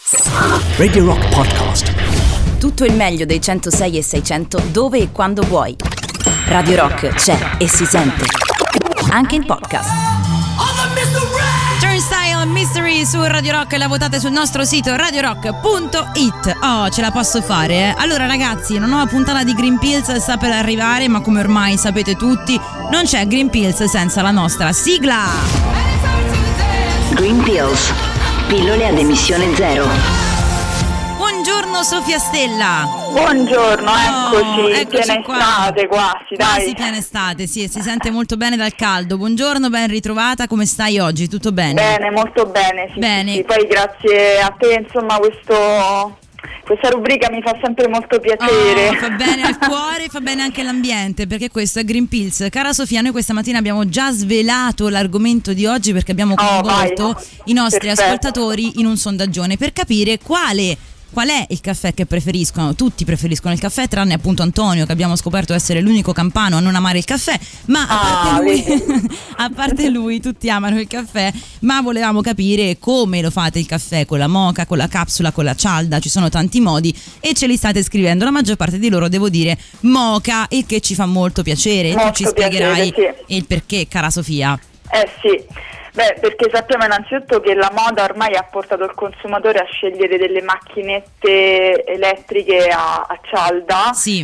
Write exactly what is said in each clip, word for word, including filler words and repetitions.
Radio Rock Podcast. Tutto il meglio dei centosei e seicento dove e quando vuoi. Radio Rock c'è e si sente anche in podcast. Turnstile Mystery su Radio Rock, la votate sul nostro sito radio rock punto it. Oh, ce la posso fare, eh? Allora ragazzi, una nuova puntata di Green Pills sta per arrivare, ma come ormai sapete tutti, non c'è Green Pills senza la nostra sigla. Green Pills, pillole ad emissione zero. Buongiorno Sofia Stella. Buongiorno, eccoci, oh, eccoci piena qua. estate quasi, dai. Quasi piena estate, sì, si sente molto bene dal caldo. Buongiorno, ben ritrovata, come stai oggi? Tutto bene? Bene, molto bene, sì, bene. Sì, sì. Poi grazie a te, insomma, questo... questa rubrica mi fa sempre molto piacere. Oh, fa bene al cuore, fa bene anche all'ambiente, perché questo è Green Pills. Cara Sofia, noi questa mattina abbiamo già svelato l'argomento di oggi perché abbiamo coinvolto oh, i nostri Perfetto. ascoltatori in un sondaggione per capire quale Qual è il caffè che preferiscono? Tutti preferiscono il caffè, tranne appunto Antonio, che abbiamo scoperto essere l'unico campano a non amare il caffè, ma a parte, ah, lui, a parte lui tutti amano il caffè, ma volevamo capire come lo fate il caffè, con la moka, con la capsula, con la cialda, ci sono tanti modi e ce li state scrivendo, la maggior parte di loro devo dire moka, il che ci fa molto piacere. Molto tu ci spiegherai piacere, sì. il perché, cara Sofia. Eh sì. Beh, perché sappiamo innanzitutto che la moda ormai ha portato il consumatore a scegliere delle macchinette elettriche a, a cialda, sì.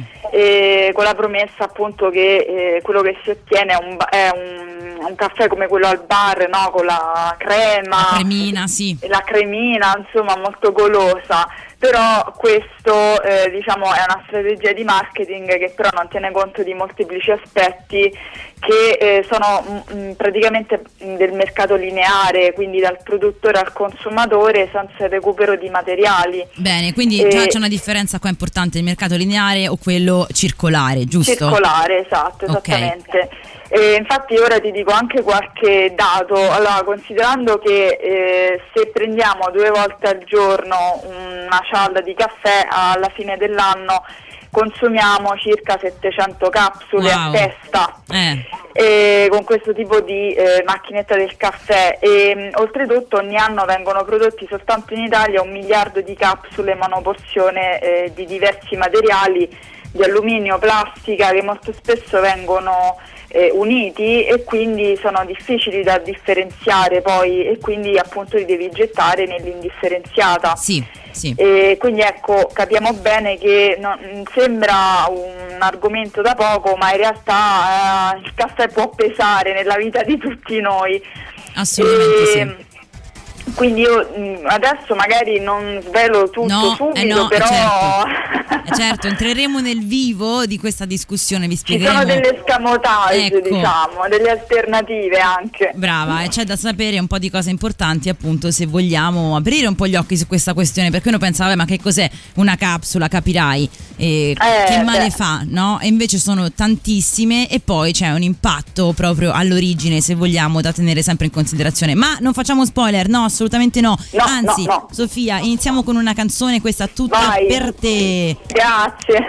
E con la promessa appunto che eh, quello che si ottiene è un, è un, un caffè come quello al bar, no? Con la crema, la cremina, sì. La cremina, insomma, molto golosa. Però questo eh, diciamo è una strategia di marketing che però non tiene conto di molteplici aspetti che eh, sono mh, praticamente del mercato lineare, quindi dal produttore al consumatore senza il recupero di materiali. Bene, quindi e... già c'è una differenza qua importante, il mercato lineare o quello circolare, giusto? Circolare, esatto, esattamente. Okay. E infatti ora ti dico anche qualche dato. Allora, considerando che eh, se prendiamo due volte al giorno una cialda di caffè, alla fine dell'anno consumiamo circa settecento capsule wow. a testa eh. e con questo tipo di eh, macchinetta del caffè e mh, oltretutto ogni anno vengono prodotti soltanto in Italia un miliardo di capsule monoporzione eh, di diversi materiali, di alluminio, plastica, che molto spesso vengono eh, uniti e quindi sono difficili da differenziare poi e quindi appunto li devi gettare nell'indifferenziata. Sì, sì. E quindi ecco, capiamo bene che non, sembra un argomento da poco, ma in realtà eh, il caffè può pesare nella vita di tutti noi. Assolutamente e, sì. Quindi io adesso magari non svelo tutto no, subito, eh no, però certo. certo, entreremo nel vivo di questa discussione, vi spiegheremo. Ci sono delle escamotage, ecco. diciamo, delle alternative anche. Brava, e c'è da sapere un po' di cose importanti appunto se vogliamo aprire un po' gli occhi su questa questione, perché uno pensa, vabbè, ma che cos'è una capsula, capirai, eh, eh, che male beh. fa, no? E invece sono tantissime e poi c'è un impatto proprio all'origine, se vogliamo, da tenere sempre in considerazione. Ma non facciamo spoiler, no? Assolutamente no, no anzi no, no. Sofia, iniziamo con una canzone, questa tutta Vai. per te. Grazie.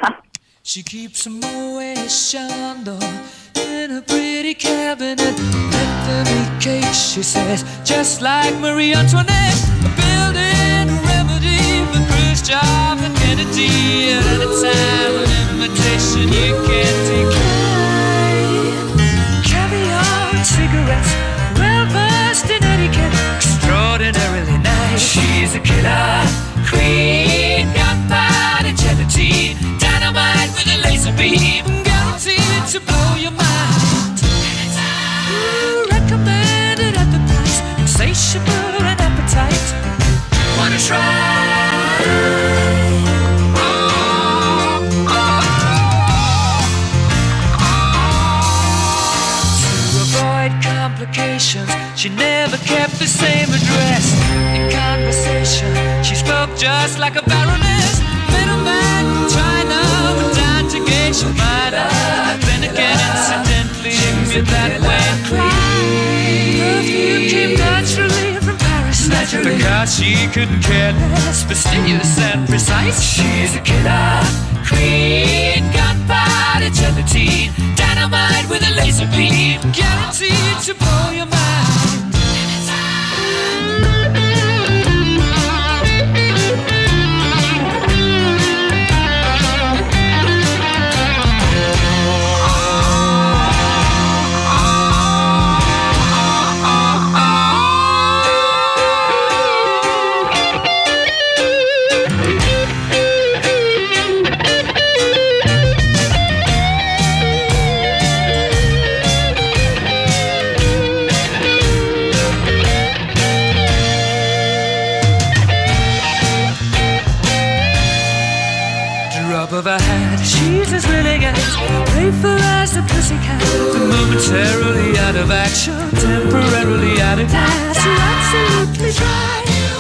She keeps a Moet Chandon in a pretty cabinet. Let them eat cake, she says, just like Marie Antoinette. Building a remedy for Khrushchev and Kennedy. At any time, an invitation you can't decline. Caviar and cigarettes, well versed in etiquette, extraordinarily nice. She's a killer queen, gunpowder gelatine, dynamite with a laser beam, guaranteed to blow your mind. Ooh, recommended at the price, insatiable and appetite. Wanna try? Oh, oh, oh. To avoid complications, she never kept the same address. In conversation, she spoke just like a baroness. Middleman from China went down to Geisha Minor. Then again, incidentally, you're that way inclined. Perfume came naturally from Paris, naturally, because she couldn't care less, fastidious and precise. She's a killer queen, gunpowder gelatine, dynamite with a laser beam, guaranteed to blow your mind. ends, playful as the pussycat, but momentarily out of action, temporarily out of gas. You're absolutely dry.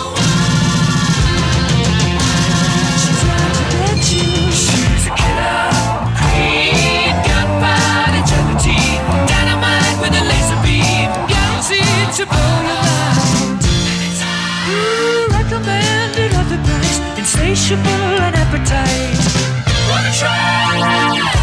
She's out to get you. She's a killer queen, gunpowder gelatine, dynamite with a laser beam, guaranteed to blow your mind. Ooh, recommended at the price, insatiable and appetite. Wanna try? Wanna try?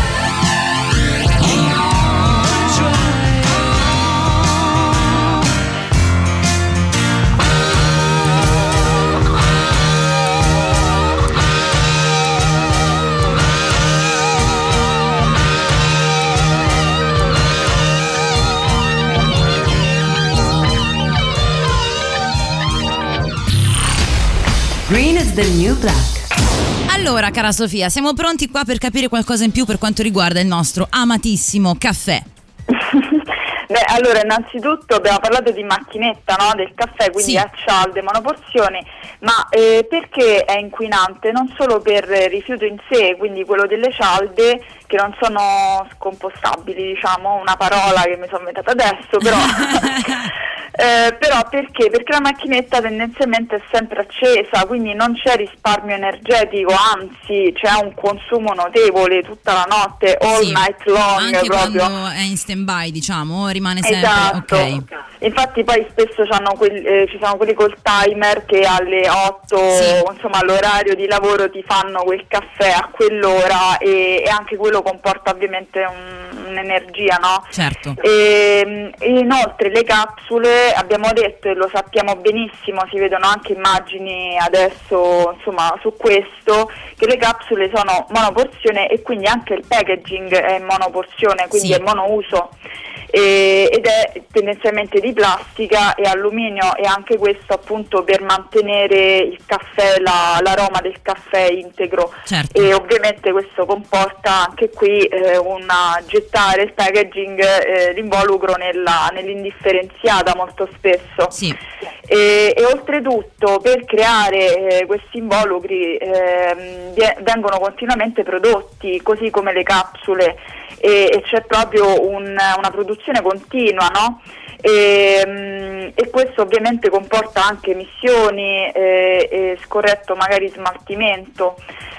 Green is the new black. Allora, cara Sofia, siamo pronti qua per capire qualcosa in più per quanto riguarda il nostro amatissimo caffè. Beh, allora, innanzitutto abbiamo parlato di macchinetta, no? Del caffè, quindi Sì. a cialde, monoporzioni, ma eh, perché è inquinante? Non solo per rifiuto in sé, quindi quello delle cialde, che non sono scompostabili, diciamo, una parola che mi sono inventata adesso, però... Eh, però perché? Perché la macchinetta tendenzialmente è sempre accesa, quindi non c'è risparmio energetico, anzi c'è un consumo notevole tutta la notte, all Sì, night long, anche proprio. quando è in stand-by, diciamo, rimane sempre. Esatto. Ok. Infatti poi spesso c'hanno quel- eh, ci sono quelli col timer che alle otto, Sì. insomma all'orario di lavoro ti fanno quel caffè a quell'ora, e, e anche quello comporta ovviamente un- un'energia, no? Certo. E, e inoltre le capsule, abbiamo detto e lo sappiamo benissimo, si vedono anche immagini adesso, insomma, su questo, che le capsule sono monoporzione e quindi anche il packaging è monoporzione, quindi Sì. è monouso. E, ed è tendenzialmente di plastica e alluminio, e anche questo appunto per mantenere il caffè, la, l'aroma del caffè integro. Certo. E ovviamente questo comporta anche qui eh, una gettare il packaging, eh, l'involucro nella, nell'indifferenziata molto spesso. Sì. E, e oltretutto per creare eh, questi involucri ehm, vie- vengono continuamente prodotti, così come le capsule, e, e c'è proprio un- una produzione continua, no? E, mm, e questo ovviamente comporta anche emissioni e, e scorretto magari smaltimento.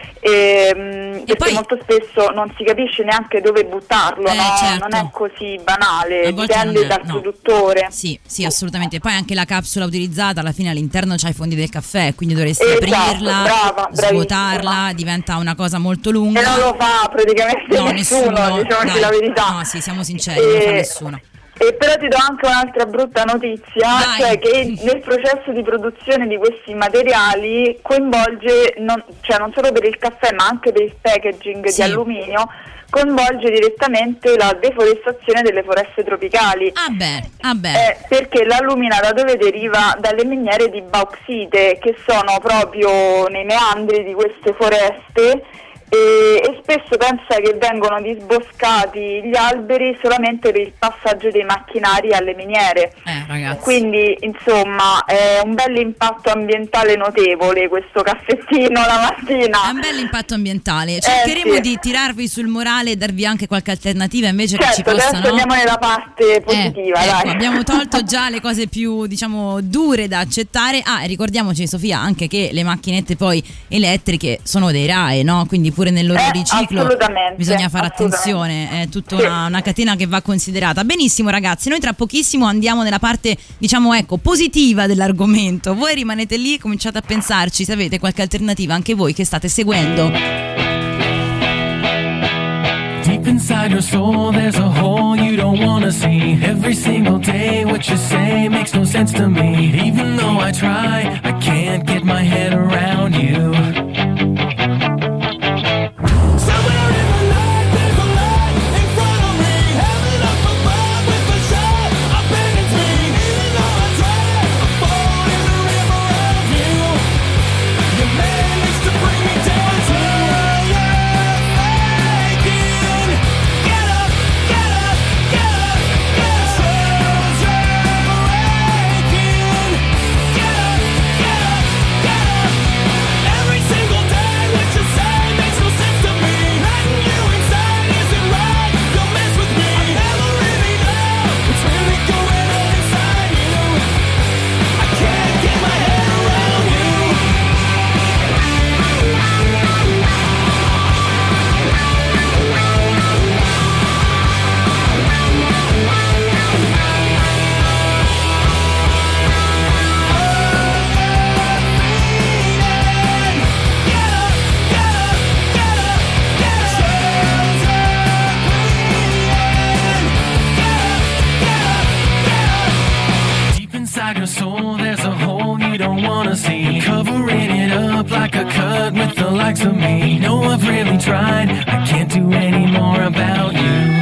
E, mm, perché poi- molto spesso non si capisce neanche dove buttarlo, Eh, no? certo. Non è così banale, A volte dipende non è, dal no. produttore. Sì, sì, assolutamente. Poi anche la capsula utilizzata alla fine all'interno c'ha i fondi del caffè, quindi dovresti Esatto, aprirla, brava, svuotarla, bravissima. diventa una cosa molto lunga. E non lo fa praticamente No, nessuno, nessuno, diciamoci dai. la verità. No, sì, siamo sinceri, non lo fa E- nessuno. E però ti do anche un'altra brutta notizia, Dai. cioè che nel processo di produzione di questi materiali coinvolge, non, cioè non solo per il caffè ma anche per il packaging Sì. di alluminio, coinvolge direttamente la deforestazione delle foreste tropicali. Ah beh, ah beh. Eh, perché l'allumina da dove deriva? Dalle miniere di bauxite, che sono proprio nei meandri di queste foreste, e, e spesso pensa che vengono disboscati gli alberi solamente per il passaggio dei macchinari alle miniere. Eh, ragazzi. Quindi insomma è un bel impatto ambientale notevole questo caffettino la mattina. È un bel impatto ambientale. Cercheremo sì. di tirarvi sul morale e darvi anche qualche alternativa invece che ci Certo, possa, adesso no? andiamo nella parte positiva, Eh, ecco, dai. abbiamo tolto già le cose più, diciamo, dure da accettare. Ah, e ricordiamoci, Sofia, anche che le macchinette poi elettriche sono dei R A E, no? Quindi pure nel loro Eh, riciclo assolutamente, bisogna fare assolutamente. attenzione, è tutta Sì. una, una catena che va considerata. Benissimo ragazzi, noi tra pochissimo andiamo nella parte, diciamo, ecco, positiva dell'argomento. Voi rimanete lì, cominciate a pensarci se avete qualche alternativa anche voi che state seguendo. Deep inside your soul there's a hole you don't wanna see. Every single day what you say makes no sense to me. Even though I try, I can't get my head around you. Somewhere in the night there's a light in front of me. Heaven up above with a shot abandons me. Even though I try, I fall in the river of you. You managed to bring me down to your thinking. Get up, get up, get up, get up. Souls are breaking. Get up, get up, get up. likes of me. No, I've really tried. I can't do any more about you.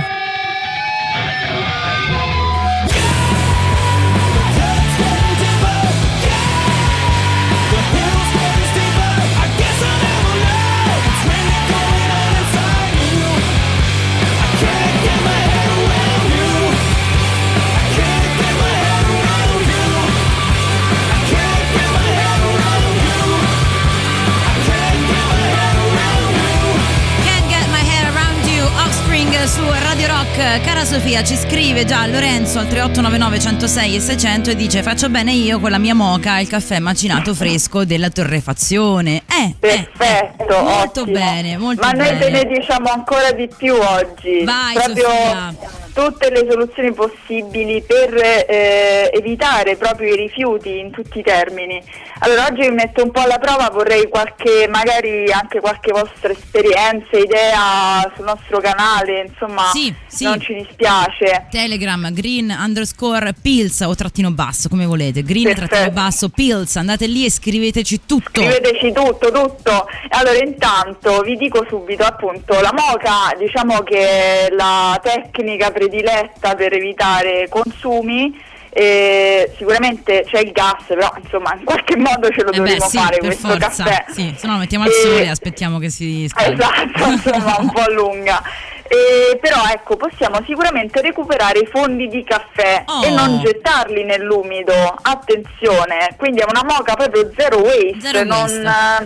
Su Radio Rock. Cara Sofia, ci scrive già Lorenzo al tre otto nove nove uno zero sei e seicento e dice: faccio bene io con la mia moka il caffè macinato fresco della torrefazione. Eh, perfetto, eh, molto ottimo. bene, molto Ma bene. noi te ne diciamo ancora di più oggi. Vai, proprio Sofia. Tutte le soluzioni possibili per eh, evitare proprio i rifiuti in tutti i termini. Allora oggi mi metto un po' alla prova, vorrei qualche, magari anche qualche vostra esperienza, idea sul nostro canale, insomma, sì, sì. Non ci dispiace. Telegram green underscore pills o trattino basso, come volete, green Perfetto. trattino basso pills, andate lì e scriveteci tutto. Scriveteci tutto, tutto. Allora intanto vi dico subito, appunto, la moka diciamo che è la tecnica prediletta per evitare consumi. Eh, sicuramente c'è il gas, però insomma in qualche modo ce lo Eh dovremo beh, sì, fare per questo forza, caffè. sì, se no lo mettiamo al Eh, sole e aspettiamo che si scaldi. Esatto, insomma un po' lunga. Eh, però ecco, possiamo sicuramente recuperare i fondi di caffè Oh. e non gettarli nell'umido. Attenzione, quindi è una moka proprio zero waste, Zero non, waste. eh,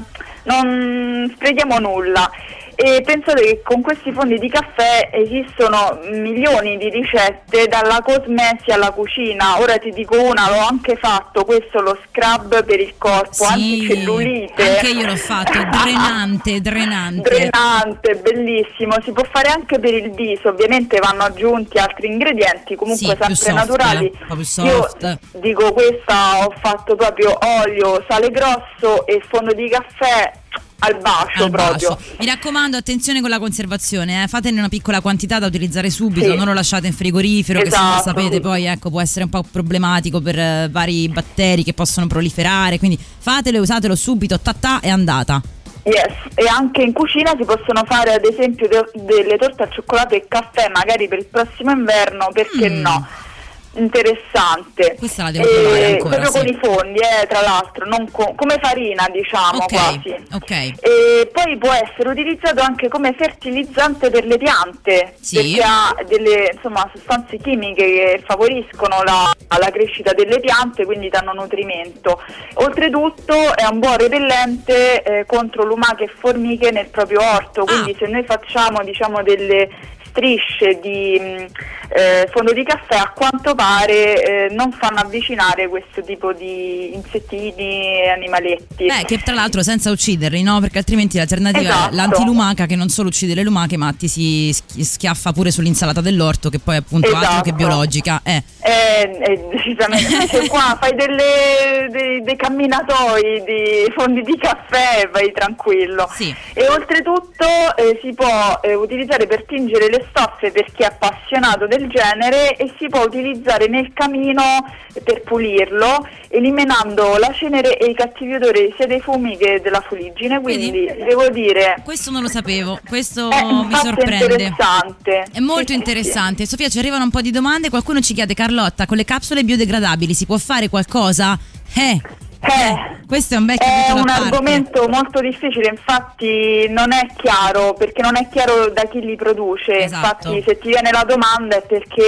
non sprechiamo nulla. E pensate che con questi fondi di caffè esistono milioni di ricette, dalla cosmesi alla cucina. Ora ti dico una, l'ho anche fatto, questo lo scrub per il corpo, Sì, anticellulite. anche io l'ho fatto, drenante, drenante. Drenante, bellissimo, si può fare anche per il viso, ovviamente vanno aggiunti altri ingredienti, comunque Sì, più sempre soft, naturali. eh, un po' più soft. Io dico questa, ho fatto proprio olio, sale grosso e fondo di caffè al bacio Al proprio. bacio. Mi raccomando, attenzione con la conservazione, eh. Fatene una piccola quantità da utilizzare subito, Sì. non lo lasciate in frigorifero, che se no Esatto. sapete poi ecco può essere un po' problematico per eh, vari batteri che possono proliferare, quindi fatelo e usatelo subito, ta è andata. Yes, e anche in cucina si possono fare ad esempio de- delle torte al cioccolato e caffè, magari per il prossimo inverno, perché Mm. no? Interessante. Questa la devo provare Eh, ancora, proprio sì. con i fondi, eh, tra l'altro, non co- come farina, diciamo, Ok, quasi. ok. E poi può essere utilizzato anche come fertilizzante per le piante, Sì. perché ha delle insomma sostanze chimiche che favoriscono la, la crescita delle piante, quindi danno nutrimento. Oltretutto è un buon repellente eh, contro lumache e formiche nel proprio orto, quindi Ah. se noi facciamo diciamo delle strisce di mh, eh, fondo di caffè, a quanto pare eh, non fanno avvicinare questo tipo di insettini e animaletti. Beh, che tra l'altro senza ucciderli, no? Perché altrimenti l'alternativa Esatto. è l'antilumaca, che non solo uccide le lumache, ma ti si schi- schiaffa pure sull'insalata dell'orto, che poi è appunto altro Esatto. che biologica. Eh. Eh, eh, decisamente. Invece qua fai delle, dei, dei camminatoi di fondi di caffè e vai tranquillo. Sì. E oltretutto eh, si può eh, utilizzare per tingere le stoffe per chi è appassionato del genere, e si può utilizzare nel camino per pulirlo, eliminando la cenere e i cattivi odori sia dei fumi che della fuliggine. Quindi Vedi? devo dire Questo non lo sapevo, questo è mi infatti sorprende. interessante. È molto Sì, sì, interessante. Sofia, ci arrivano un po' di domande. Qualcuno ci chiede: Carlotta, con le capsule biodegradabili si può fare qualcosa? Eh, Eh, questo è un bel È capitolo a un parte. argomento molto difficile, infatti non è chiaro, perché non è chiaro da chi li produce. Esatto. Infatti se ti viene la domanda è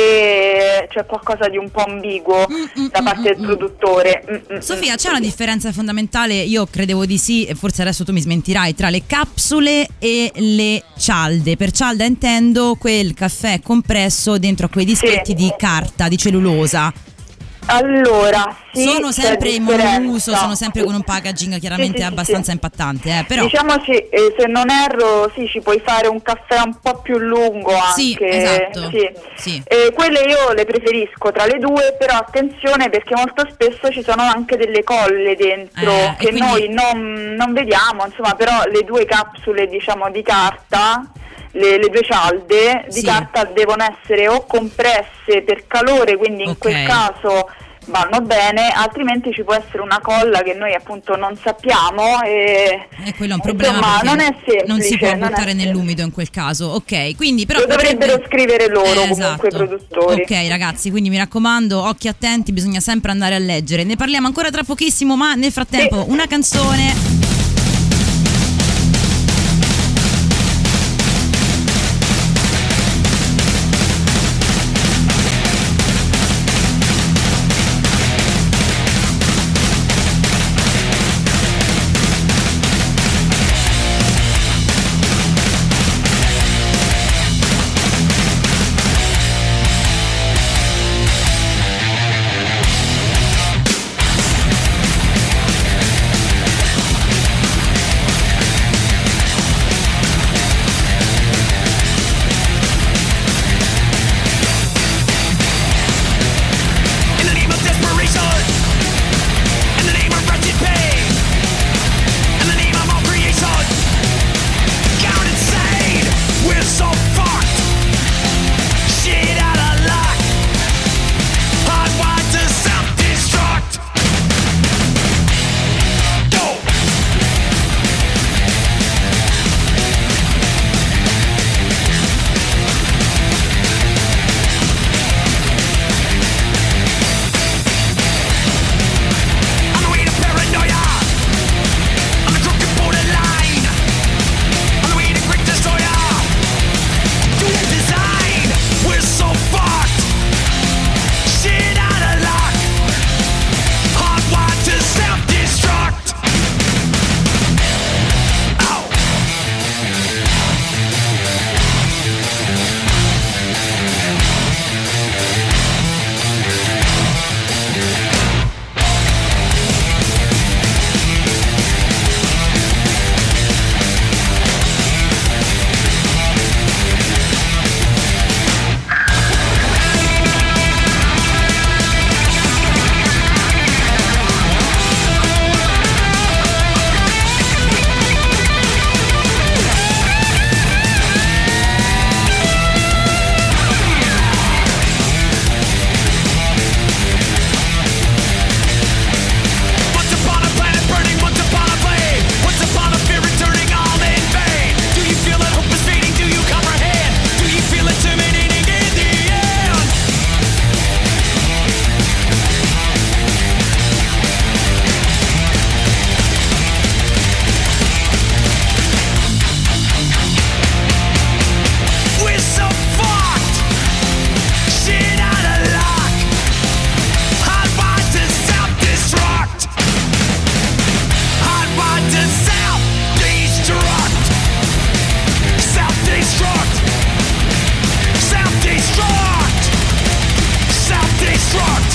perché c'è qualcosa di un po' ambiguo Mm, mm, da mm, parte mm, del mm. produttore. Mm, mm, Sofia, mm. c'è una differenza fondamentale, io credevo di sì, e forse adesso tu mi smentirai, tra le capsule e le cialde. Per cialda intendo quel caffè compresso dentro a quei dischetti Sì. di carta, di cellulosa. Allora, sì, sono c'è sempre in differenza. monouso, sono sempre con un packaging chiaramente Sì, sì, sì, abbastanza sì. impattante, eh, però Diciamoci, eh, se non erro, sì, ci puoi fare un caffè un po' più lungo anche. Sì, esatto. Sì. Sì. Eh, quelle io le preferisco tra le due, però attenzione perché molto spesso ci sono anche delle colle dentro Eh, che e quindi- noi non, non vediamo, insomma, però le due capsule, diciamo, di carta, le, le due cialde di Sì. carta devono essere o compresse per calore, quindi in Ok. quel caso vanno bene, altrimenti ci può essere una colla che noi appunto non sappiamo e, e quello è un problema, insomma, non è semplice, non si può non buttare è nell'umido in quel caso. Ok, quindi però lo dovrebbero potrebbe... scrivere loro, Eh, comunque esatto. i produttori. Ok ragazzi, quindi mi raccomando, occhi attenti, bisogna sempre andare a leggere. Ne parliamo ancora tra pochissimo, ma nel frattempo Sì. una canzone. In the name of desperation, in the name of wretched pain, in the name of all creation, count insane. We're so fucked, shit out of luck, hardwired to self-destruct. Go. On the way to paranoia, on the crooked borderline, on the way to great destroyer, to the design. We're so fucked, shit out of luck, hardwired to self-destruct. Ow. Once upon a planet burning, once upon a flame, once upon a fear returning all in vain. Do you feel that hope is fading? Do you comprehend? Do you feel it terminating in the end? We're so fucked, shit out of luck, hardwired to self-destruct. Hardwired to self-destruct. Self-destruct. Self-destruct. Self-destruct.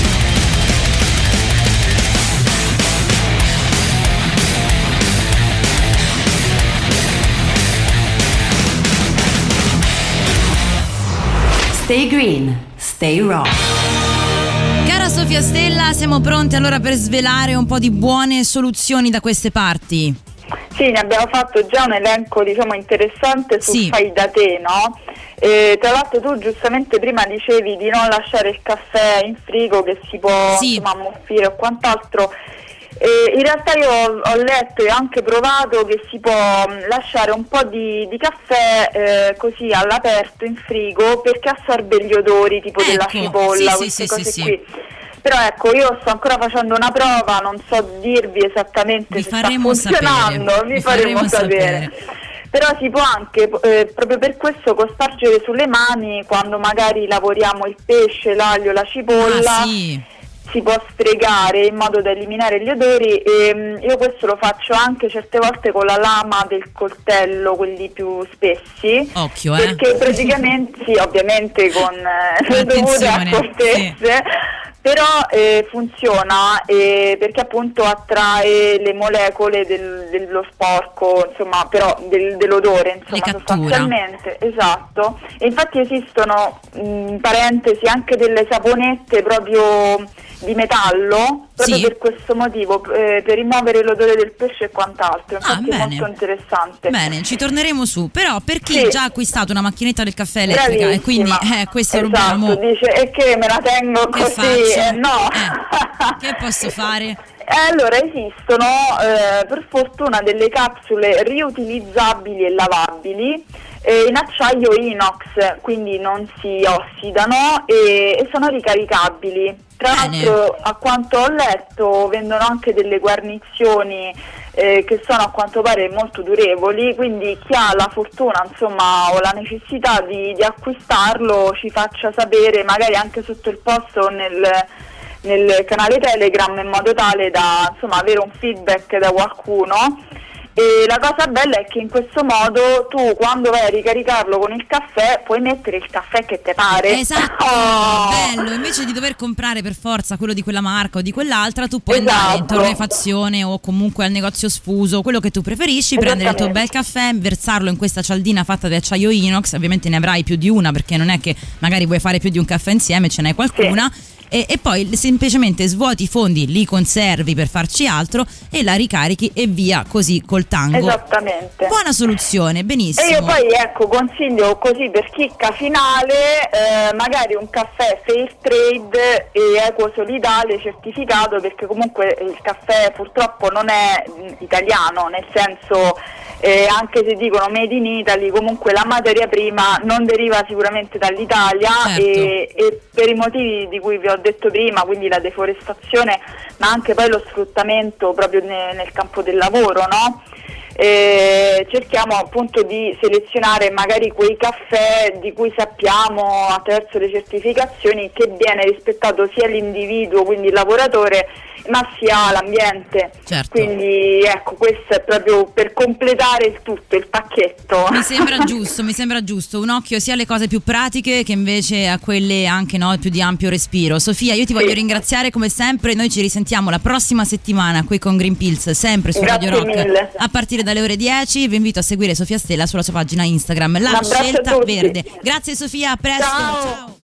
Stay green, stay raw. Cara Sofia Stella, siamo pronti allora per svelare un po' di buone soluzioni da queste parti? Sì, ne abbiamo fatto già un elenco, diciamo, interessante su Sì. Fai da te, no? E, tra l'altro tu giustamente prima dicevi di non lasciare il caffè in frigo, che si può Sì. insomma ammuffire o quant'altro. E in realtà io ho, ho letto e anche provato che si può mh, lasciare un po' di, di caffè eh, così all'aperto in frigo, perché assorbe gli odori tipo della Ecco, cipolla, sì, queste sì, sì, cose sì, qui. Però ecco, io sto ancora facendo una prova, non so dirvi esattamente Vi se sta faremo funzionando, sapere, vi vi faremo, faremo sapere. sapere. Però si può anche, eh, proprio per questo, cospargere sulle mani quando magari lavoriamo il pesce, l'aglio, la cipolla. Ah, sì. Si può stregare in modo da eliminare gli odori, e mh, io questo lo faccio anche certe volte con la lama del coltello, quelli più spessi. Occhio, eh. Perché praticamente, sì, ovviamente con eh, Con le dovute attenzione, accortezze, però eh, funziona eh, perché appunto attrae le molecole del- dello sporco, insomma, però del- dell'odore, insomma, Le cattura. sostanzialmente, esatto. E infatti esistono, mh, in parentesi, anche delle saponette proprio di metallo, proprio Sì. per questo motivo, eh, per rimuovere l'odore del pesce e quant'altro. Ah, Infatti è bene. molto interessante. Bene, ci torneremo su. Però per chi Sì. già ha acquistato una macchinetta del caffè elettrica e quindi Bravissima. eh, questo esatto, dobbiamo... dice e che me la tengo Che così, faccio? eh, no. Eh, Che posso fare? Eh, allora esistono eh, per fortuna delle capsule riutilizzabili e lavabili eh, in acciaio inox, quindi non si ossidano e, e sono ricaricabili. Tra Bene. l'altro, a quanto ho letto, vendono anche delle guarnizioni eh, che sono a quanto pare molto durevoli, quindi chi ha la fortuna, insomma, o la necessità di, di acquistarlo ci faccia sapere, magari anche sotto il post o nel nel canale Telegram, in modo tale da, insomma, avere un feedback da qualcuno. E la cosa bella è che in questo modo tu, quando vai a ricaricarlo con il caffè, puoi mettere il caffè che te pare. Esatto, Oh! bello, invece di dover comprare per forza quello di quella marca o di quell'altra, tu puoi andare in Esatto. torrefazione o comunque al negozio sfuso, quello che tu preferisci, prendere il tuo bel caffè, versarlo in questa cialdina fatta di acciaio inox. Ovviamente ne avrai più di una, perché non è che magari vuoi fare più di un caffè insieme, ce n'hai qualcuna. E, e poi semplicemente svuoti i fondi, li conservi per farci altro e la ricarichi e via così col tango. Esattamente. Buona soluzione, benissimo. E io poi, ecco, consiglio così per chicca finale, eh, magari un caffè fair trade e equo solidale certificato, perché comunque il caffè purtroppo non è mh, italiano, nel senso, eh, anche se dicono made in Italy, comunque la materia prima non deriva sicuramente dall'Italia. Certo. e, e per i motivi di cui vi ho detto prima, quindi la deforestazione, ma anche poi lo sfruttamento proprio ne- nel campo del lavoro, no? Eh, cerchiamo appunto di selezionare magari quei caffè di cui sappiamo attraverso le certificazioni che viene rispettato sia l'individuo, quindi il lavoratore, ma sia l'ambiente. Certo. Quindi ecco, questo è proprio per completare il tutto, il pacchetto. Mi sembra giusto, mi sembra giusto. Un occhio sia alle cose più pratiche che invece a quelle anche, no, più di ampio respiro. Sofia, io ti voglio Sì. ringraziare come sempre. Noi ci risentiamo la prossima settimana qui con Green Pills, sempre su Grazie Radio Rock, mille. a partire dalle ore dieci. Vi invito a seguire Sofia Stella sulla sua pagina Instagram, La Un abbraccio a Scelta tutti. Verde. Grazie Sofia, a presto. Ciao. Ciao.